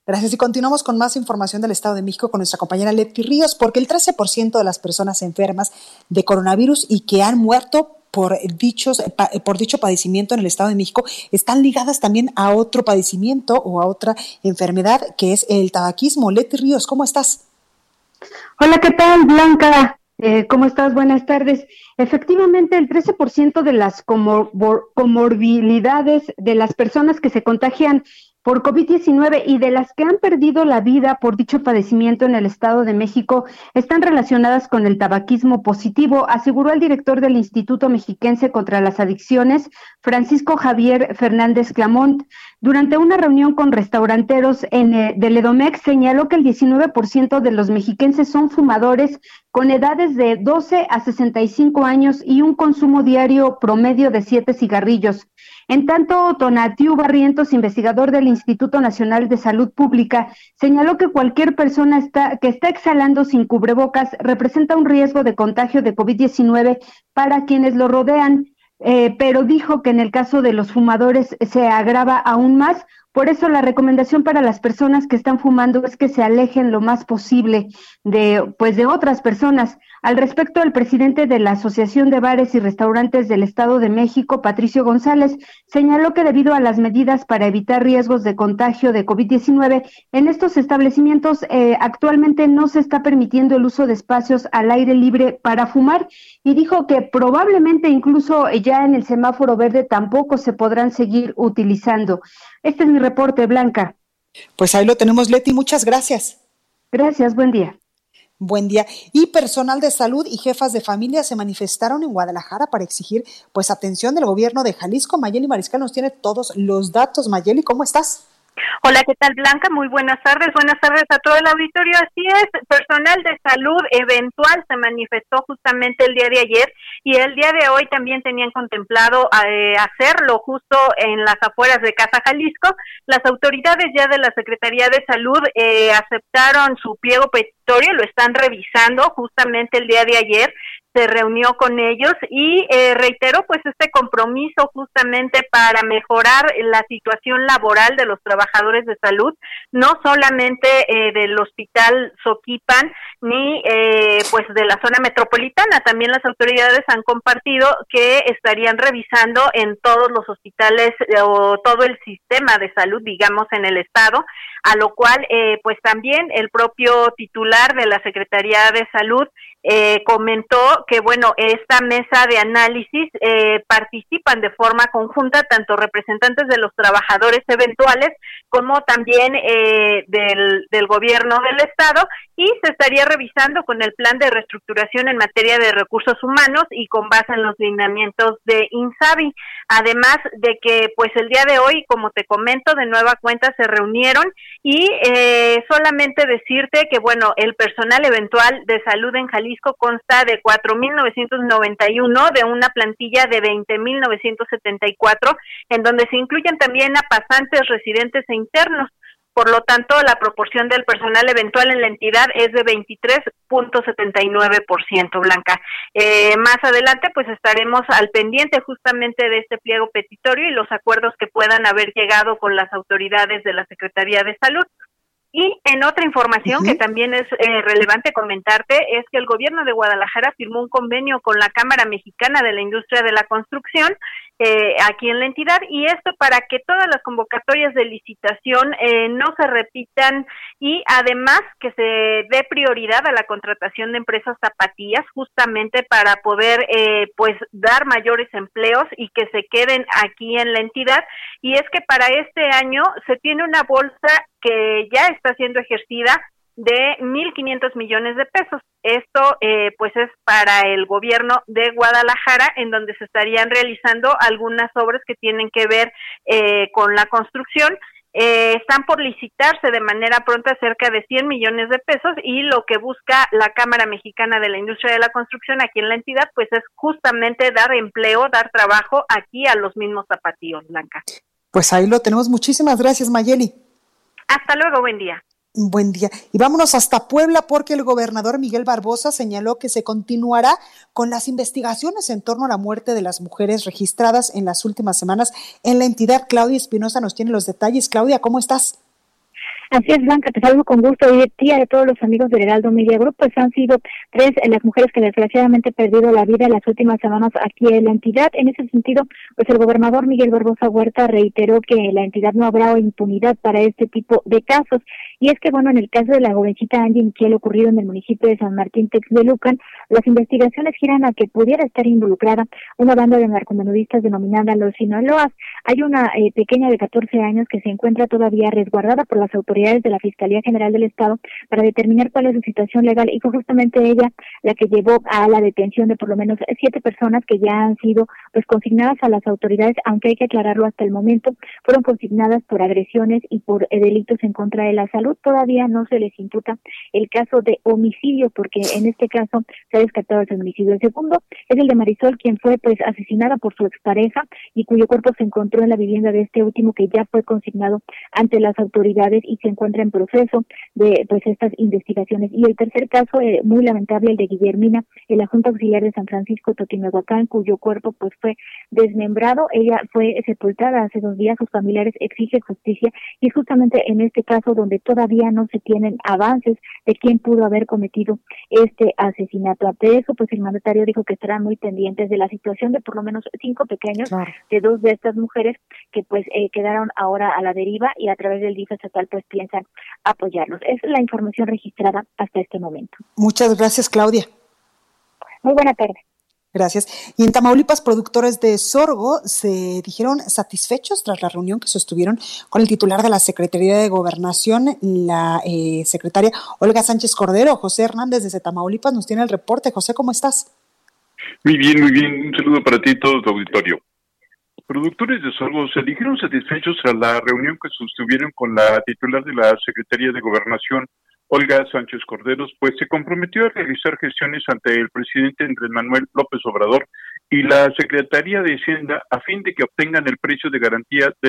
Gracias, y continuamos con más información del Estado de México con nuestra compañera Leti Ríos, porque el 13% de las personas enfermas de coronavirus y que han muerto por dicho padecimiento en el Estado de México están ligadas también a otro padecimiento o a otra enfermedad que es el tabaquismo. Leti Ríos, ¿cómo estás? Hola, ¿qué tal, Blanca? ¿Cómo estás? Buenas tardes. Efectivamente, el 13% de las comorbilidades de las personas que se contagian por COVID-19 y de las que han perdido la vida por dicho padecimiento en el Estado de México están relacionadas con el tabaquismo positivo, aseguró el director del Instituto Mexiquense contra las Adicciones, Francisco Javier Fernández Clamont. Durante una reunión con restauranteros del Edomex, señaló que el 19% de los mexiquenses son fumadores con edades de 12 a 65 años y un consumo diario promedio de 7 cigarrillos. En tanto, Tonatiu Barrientos, investigador del Instituto Nacional de Salud Pública, señaló que cualquier persona que está exhalando sin cubrebocas representa un riesgo de contagio de COVID-19 para quienes lo rodean, pero dijo que en el caso de los fumadores se agrava aún más. Por eso la recomendación para las personas que están fumando es que se alejen lo más posible de otras personas. Al respecto, el presidente de la Asociación de Bares y Restaurantes del Estado de México, Patricio González, señaló que debido a las medidas para evitar riesgos de contagio de COVID-19, en estos establecimientos actualmente no se está permitiendo el uso de espacios al aire libre para fumar, y dijo que probablemente incluso ya en el semáforo verde tampoco se podrán seguir utilizando. Este es mi reporte, Blanca. Pues ahí lo tenemos, Leti, muchas gracias. Gracias, buen día. Buen día. Y personal de salud y jefas de familia se manifestaron en Guadalajara para exigir atención del gobierno de Jalisco. Mayeli Mariscal nos tiene todos los datos. Mayeli, ¿cómo estás? Hola, ¿qué tal, Blanca? Muy buenas tardes a todo el auditorio. Así es, personal de salud eventual se manifestó justamente el día de ayer y el día de hoy también tenían contemplado hacerlo justo en las afueras de Casa Jalisco. Las autoridades ya de la Secretaría de Salud aceptaron su pliego petitorio, lo están revisando justamente el día de ayer. Se reunió con ellos y reiteró este compromiso justamente para mejorar la situación laboral de los trabajadores de salud, no solamente del Hospital Soquipan ni de la zona metropolitana. También las autoridades han compartido que estarían revisando en todos los hospitales o todo el sistema de salud, digamos, en el estado, a lo cual también el propio titular de la Secretaría de Salud comentó que esta mesa de análisis participan de forma conjunta tanto representantes de los trabajadores eventuales como también del gobierno del estado, y se estaría revisando con el plan de reestructuración en materia de recursos humanos y con base en los lineamientos de INSABI. Además de que el día de hoy, como te comento, de nueva cuenta se reunieron y solamente decirte que el personal eventual de salud en Jalisco consta de 4,991 de una plantilla de 20,974, en donde se incluyen también a pasantes, residentes e internos. Por lo tanto, la proporción del personal eventual en la entidad es de 23.79%, Blanca. Más adelante, estaremos al pendiente justamente de este pliego petitorio y los acuerdos que puedan haber llegado con las autoridades de la Secretaría de Salud. Y en otra información que también es relevante comentarte es que el gobierno de Guadalajara firmó un convenio con la Cámara Mexicana de la Industria de la Construcción aquí en la entidad, y esto para que todas las convocatorias de licitación no se repitan y además que se dé prioridad a la contratación de empresas zapatillas justamente para poder dar mayores empleos y que se queden aquí en la entidad. Y es que para este año se tiene una bolsa que ya está siendo ejercida de 1,500 millones de pesos. Esto es para el gobierno de Guadalajara, en donde se estarían realizando algunas obras que tienen que ver con la construcción. Están por licitarse de manera pronta cerca de 100 millones de pesos, y lo que busca la Cámara Mexicana de la Industria de la Construcción aquí en la entidad es justamente dar empleo, dar trabajo aquí a los mismos zapatillos, Blanca. Pues ahí lo tenemos. Muchísimas gracias, Mayeli. Hasta luego, buen día. Buen día. Y vámonos hasta Puebla, porque el gobernador Miguel Barbosa señaló que se continuará con las investigaciones en torno a la muerte de las mujeres registradas en las últimas semanas en la entidad. Claudia Espinosa nos tiene los detalles. Claudia, ¿cómo estás? Así es, Blanca, te saludo con gusto. Hoy día de todos los amigos del Heraldo Media Group, pues han sido 3 las mujeres que desgraciadamente han perdido la vida en las últimas semanas aquí en la entidad. En ese sentido, pues el gobernador Miguel Barbosa Huerta reiteró que en la entidad no habrá impunidad para este tipo de casos. Y es que, bueno, en el caso de la jovencita Angie Michel ocurrido en el municipio de San Martín Texmelucan, las investigaciones giran a que pudiera estar involucrada una banda de narcomenudistas denominada Los Sinaloas. Hay una pequeña de 14 años que se encuentra todavía resguardada por las autoridades de la Fiscalía General del Estado para determinar cuál es su situación legal, y fue justamente ella la que llevó a la detención de por lo menos 7 personas que ya han sido pues consignadas a las autoridades, aunque hay que aclararlo, hasta el momento fueron consignadas por agresiones y por delitos en contra de la salud. Todavía no se les imputa el caso de homicidio, porque en este caso se ha descartado el homicidio. El segundo es el de Marisol, quien fue pues asesinada por su expareja y cuyo cuerpo se encontró en la vivienda de este último, que ya fue consignado ante las autoridades y se encuentra en proceso de pues estas investigaciones. Y el tercer caso, muy lamentable, el de Guillermina, en la Junta Auxiliar de San Francisco Totimehuacán, cuyo cuerpo pues fue desmembrado. Ella fue sepultada hace 2 días, sus familiares exigen justicia, y es justamente en este caso donde todavía no se tienen avances de quién pudo haber cometido este asesinato. Ante eso, pues el mandatario dijo que estarán muy pendientes de la situación de por lo menos 5 pequeños, de 2 de estas mujeres que pues quedaron ahora a la deriva, y a través del DIF estatal pues piensan apoyarlos. Es la información registrada hasta este momento. Muchas gracias, Claudia. Muy buena tarde. Gracias. Y en Tamaulipas, productores de sorgo se dijeron satisfechos tras la reunión que sostuvieron con el titular de la Secretaría de Gobernación, la secretaria Olga Sánchez Cordero. José Hernández desde Tamaulipas nos tiene el reporte. José, ¿cómo estás? Muy bien, muy bien. Un saludo para ti y todo tu auditorio. Productores de sorgo se dijeron satisfechos tras la reunión que sostuvieron con la titular de la Secretaría de Gobernación, Olga Sánchez Cordero, pues se comprometió a realizar gestiones ante el presidente Andrés Manuel López Obrador y la Secretaría de Hacienda a fin de que obtengan el precio de garantía de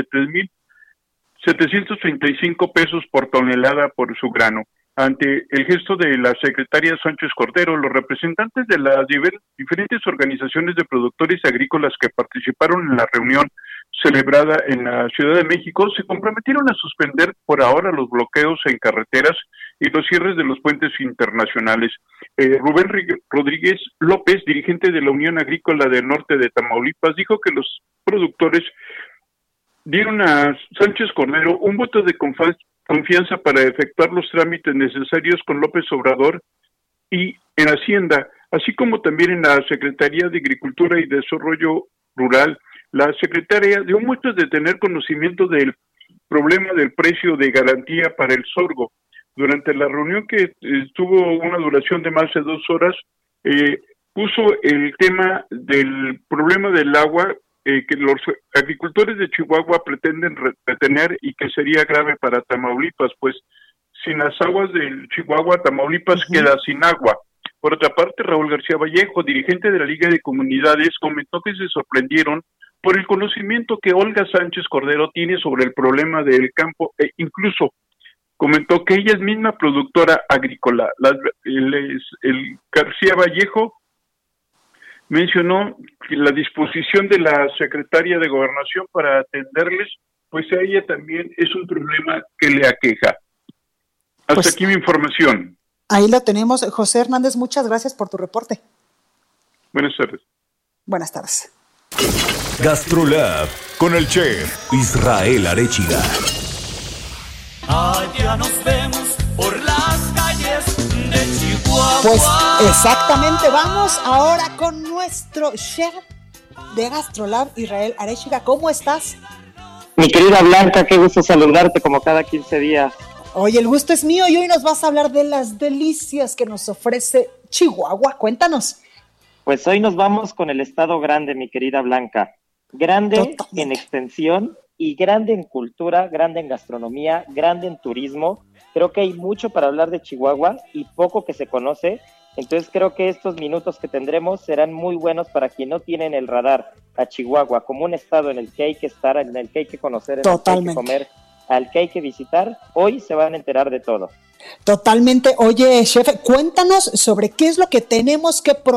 3,735 pesos por tonelada por su grano. Ante el gesto de la secretaria Sánchez Cordero, los representantes de las diferentes organizaciones de productores agrícolas que participaron en la reunión celebrada en la Ciudad de México se comprometieron a suspender por ahora los bloqueos en carreteras y los cierres de los puentes internacionales. Rubén Rodríguez López, dirigente de la Unión Agrícola del Norte de Tamaulipas, dijo que los productores dieron a Sánchez Cordero un voto de confianza para efectuar los trámites necesarios con López Obrador y en Hacienda, así como también en la Secretaría de Agricultura y Desarrollo Rural. La secretaria dio muestras de tener conocimiento del problema del precio de garantía para el sorgo. Durante la reunión, que tuvo una duración de más de 2 horas, puso el tema del problema del agua que los agricultores de Chihuahua pretenden retener y que sería grave para Tamaulipas, pues sin las aguas del Chihuahua, Tamaulipas queda sin agua. Por otra parte, Raúl García Vallejo, dirigente de la Liga de Comunidades, comentó que se sorprendieron por el conocimiento que Olga Sánchez Cordero tiene sobre el problema del campo, e incluso comentó que ella es misma productora agrícola. El García Vallejo mencionó que la disposición de la Secretaría de Gobernación para atenderles, pues a ella también es un problema que le aqueja. Hasta aquí mi información. Ahí lo tenemos. José Hernández, muchas gracias por tu reporte. Buenas tardes. Buenas tardes. GastroLab con el chef Israel Arechiga. Allá nos vemos por las calles de Chihuahua. Pues exactamente, vamos ahora con nuestro chef de GastroLab, Israel Arechiga. ¿Cómo estás? Mi querida Blanca, qué gusto saludarte como cada 15 días. Oye, el gusto es mío y hoy nos vas a hablar de las delicias que nos ofrece Chihuahua. Cuéntanos. Pues hoy nos vamos con el estado grande, mi querida Blanca. Grande Totalmente. En extensión y grande en cultura, grande en gastronomía, grande en turismo. Creo que hay mucho para hablar de Chihuahua y poco que se conoce. Entonces creo que estos minutos que tendremos serán muy buenos para quien no tiene en el radar a Chihuahua como un estado en el que hay que estar, en el que hay que conocer, en el que hay que comer, al que hay que visitar. Hoy se van a enterar de todo. Totalmente. Oye, chef, cuéntanos sobre qué es lo que tenemos que probar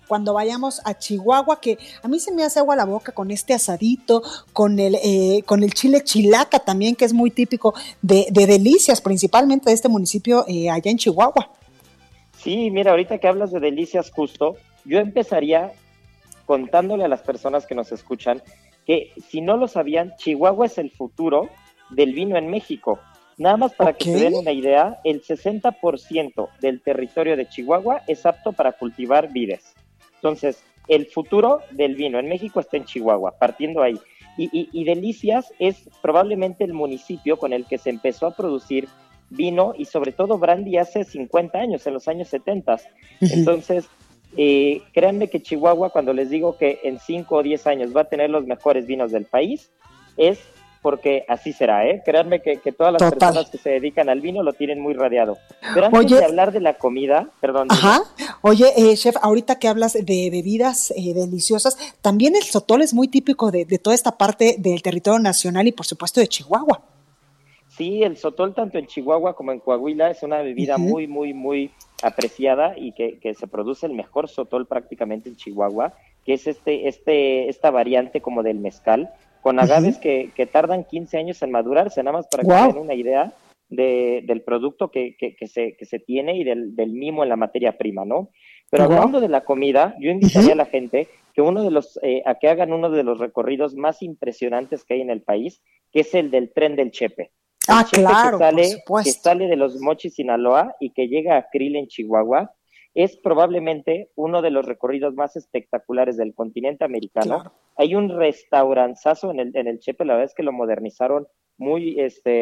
cuando vayamos a Chihuahua, que a mí se me hace agua la boca con este asadito, con el chile chilaca también, que es muy típico de Delicias, principalmente de este municipio allá en Chihuahua. Sí, mira, ahorita que hablas de Delicias justo, yo empezaría contándole a las personas que nos escuchan que si no lo sabían, Chihuahua es el futuro del vino en México. Nada más para que se den una idea, el 60% del territorio de Chihuahua es apto para cultivar vides. Entonces, el futuro del vino en México está en Chihuahua, partiendo ahí. Y Delicias es probablemente el municipio con el que se empezó a producir vino y sobre todo brandy hace 50 años, en los años 70. Entonces, créanme que Chihuahua, cuando les digo que en 5 o 10 años va a tener los mejores vinos del país, es porque así será, ¿eh? Créanme que todas las personas que se dedican al vino lo tienen muy radiado. Pero antes de hablar de la comida, perdón. Ajá. Oye, chef, ahorita que hablas de bebidas deliciosas, también el sotol es muy típico de toda esta parte del territorio nacional y por supuesto de Chihuahua. Sí, el sotol tanto en Chihuahua como en Coahuila es una bebida muy, muy, muy apreciada y que se produce el mejor sotol prácticamente en Chihuahua, que es esta variante como del mezcal, con agaves que tardan 15 años en madurarse, nada más para que tengan una idea del producto que se tiene y del mimo en la materia prima, ¿no? Pero hablando de la comida, yo invitaría a la gente que a que hagan uno de los recorridos más impresionantes que hay en el país, que es el del tren del Chepe. Claro, que sale de Los Mochis, Sinaloa, y que llega a Krill en Chihuahua, es probablemente uno de los recorridos más espectaculares del continente americano. Claro. Hay un restauranzazo en el Chepe, la verdad es que lo modernizaron muy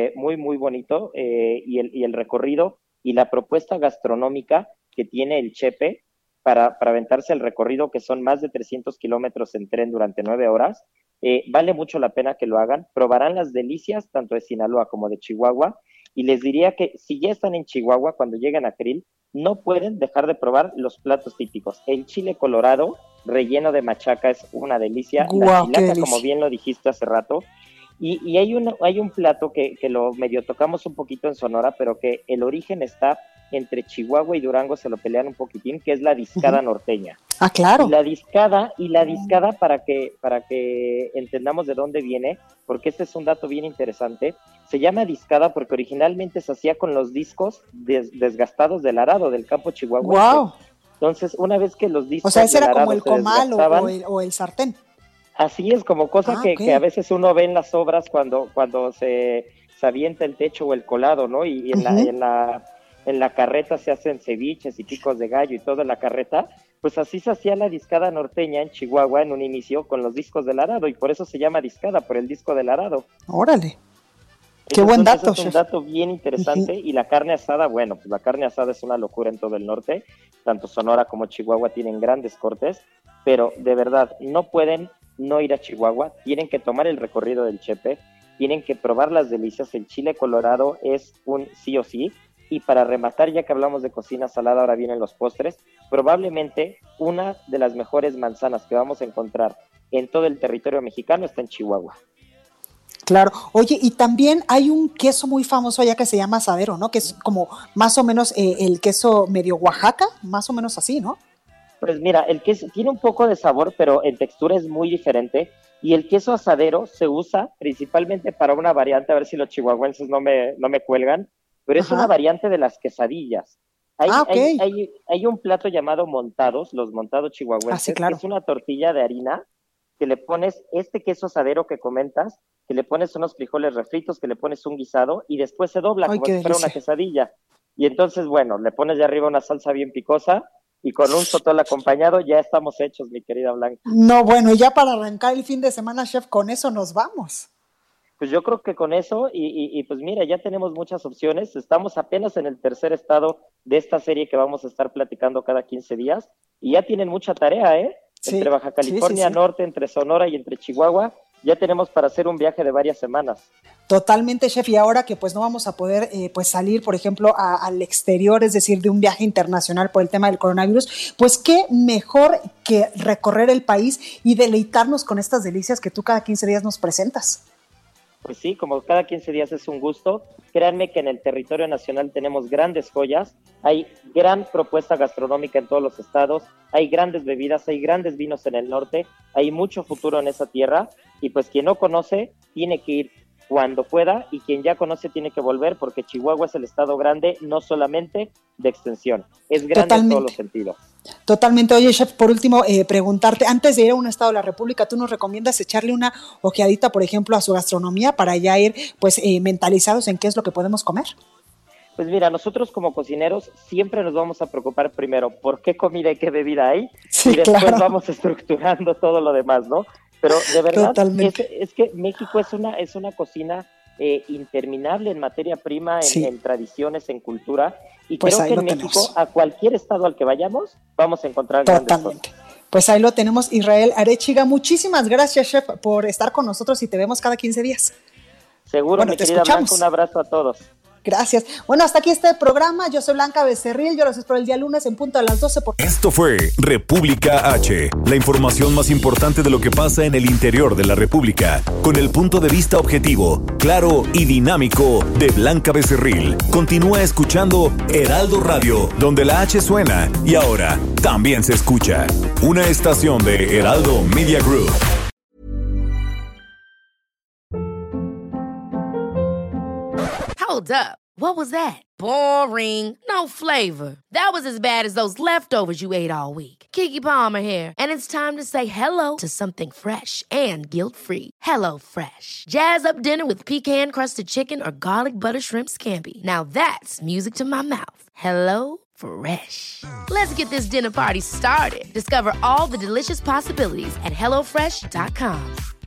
bonito, y el recorrido y la propuesta gastronómica que tiene el Chepe para aventarse el recorrido, que son más de 300 kilómetros en tren durante 9 horas, vale mucho la pena que lo hagan. Probarán las delicias tanto de Sinaloa como de Chihuahua, y les diría que si ya están en Chihuahua, cuando llegan a Krill, no pueden dejar de probar los platos típicos. El chile colorado relleno de machaca es una delicia. La chilaca, como bien lo dijiste hace rato. Y hay un plato que lo medio tocamos un poquito en Sonora, pero que el origen está entre Chihuahua y Durango, se lo pelean un poquitín, que es la discada norteña. Claro. Y la discada para que entendamos de dónde viene, porque este es un dato bien interesante. Se llama discada porque originalmente se hacía con los discos desgastados del arado del campo chihuahuense. Wow. Entonces, una vez que los discos, o sea, ese era como el comal o el sartén. Así es, como cosa que a veces uno ve en las obras cuando se avienta el techo o el colado, ¿no? Y en la carreta se hacen ceviches y picos de gallo y todo en la carreta. Pues así se hacía la discada norteña en Chihuahua en un inicio con los discos del arado, y por eso se llama discada, por el disco del arado. ¡Órale! ¡Qué buen dato, chef! Es un dato bien interesante. Y la carne asada, bueno, pues la carne asada es una locura en todo el norte. Tanto Sonora como Chihuahua tienen grandes cortes, pero de verdad, no pueden no ir a Chihuahua. Tienen que tomar el recorrido del Chepe, tienen que probar las delicias. El chile colorado es un sí o sí. Y para rematar, ya que hablamos de cocina salada, ahora vienen los postres. Probablemente una de las mejores manzanas que vamos a encontrar en todo el territorio mexicano está en Chihuahua. Claro. Oye, y también hay un queso muy famoso allá que se llama asadero, ¿no? Que es como más o menos el queso medio Oaxaca, más o menos así, ¿no? Pues mira, el queso tiene un poco de sabor, pero en textura es muy diferente. Y el queso asadero se usa principalmente para una variante, a ver si los chihuahuenses no me cuelgan, pero es una variante de las quesadillas. Hay un plato llamado montados, los montados chihuahuenses, que es una tortilla de harina que le pones este queso asadero que comentas, que le pones unos frijoles refritos, que le pones un guisado y después se dobla como si fuera una quesadilla. Y entonces, bueno, le pones de arriba una salsa bien picosa y con un sotol acompañado ya estamos hechos, mi querida Blanca. No, bueno, ya para arrancar el fin de semana, chef, con eso nos vamos. Pues yo creo que con eso, y pues mira, ya tenemos muchas opciones. Estamos apenas en el tercer estado de esta serie que vamos a estar platicando cada 15 días, y ya tienen mucha tarea, ¿eh? Sí, entre Baja California Norte, entre Sonora y entre Chihuahua, ya tenemos para hacer un viaje de varias semanas. Totalmente, chef, y ahora que pues no vamos a poder pues salir, por ejemplo, al exterior, es decir, de un viaje internacional por el tema del coronavirus, pues qué mejor que recorrer el país y deleitarnos con estas delicias que tú cada 15 días nos presentas. pues sí, como cada 15 días es un gusto. Créanme que en el territorio nacional tenemos grandes joyas, hay gran propuesta gastronómica en todos los estados, hay grandes bebidas, hay grandes vinos en el norte, hay mucho futuro en esa tierra, y pues quien no conoce tiene que ir cuando pueda, y quien ya conoce tiene que volver, porque Chihuahua es el estado grande, no solamente de extensión, es grande en todos los sentidos. Totalmente. Oye, chef, por último, preguntarte, antes de ir a un estado de la República, ¿tú nos recomiendas echarle una ojeadita, por ejemplo, a su gastronomía para ya ir pues mentalizados en qué es lo que podemos comer? Pues mira, nosotros como cocineros siempre nos vamos a preocupar primero por qué comida y qué bebida hay, y después vamos estructurando todo lo demás, ¿no? Pero de verdad es que México es una cocina interminable en materia prima, en tradiciones, en cultura, y pues creo que en México, a cualquier estado al que vayamos, vamos a encontrar grandes cosas. Pues ahí lo tenemos. Israel Arechiga, muchísimas gracias, chef, por estar con nosotros, y te vemos cada 15 días. Seguro, mi querida Blanca, un abrazo a todos. Gracias. Bueno, hasta aquí este programa. Yo soy Blanca Becerril. Yo los espero el día lunes en punto a las 12. Esto fue República H, la información más importante de lo que pasa en el interior de la República, con el punto de vista objetivo, claro y dinámico de Blanca Becerril. Continúa escuchando Heraldo Radio, donde la H suena y ahora también se escucha. Una estación de Heraldo Media Group. Hold up. What was that? Boring. No flavor. That was as bad as those leftovers you ate all week. Keke Palmer here, and it's time to say hello to something fresh and guilt-free. Hello Fresh. Jazz up dinner with pecan-crusted chicken or garlic butter shrimp scampi. Now that's music to my mouth. Hello Fresh. Let's get this dinner party started. Discover all the delicious possibilities at HelloFresh.com.